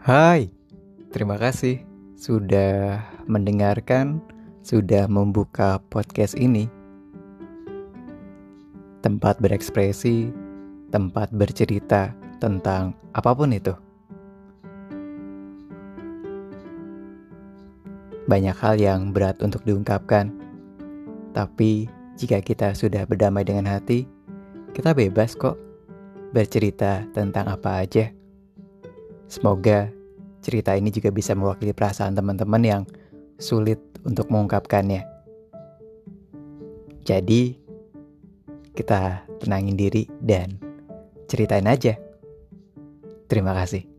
Hai, terima kasih sudah mendengarkan, sudah membuka podcast ini. Tempat berekspresi, tempat bercerita tentang apapun itu. Banyak hal yang berat untuk diungkapkan, tapi jika kita sudah berdamai dengan hati, kita bebas kok bercerita tentang apa aja. Semoga cerita ini juga bisa mewakili perasaan teman-teman yang sulit untuk mengungkapkannya. Jadi, kita tenangin diri dan ceritain aja. Terima kasih.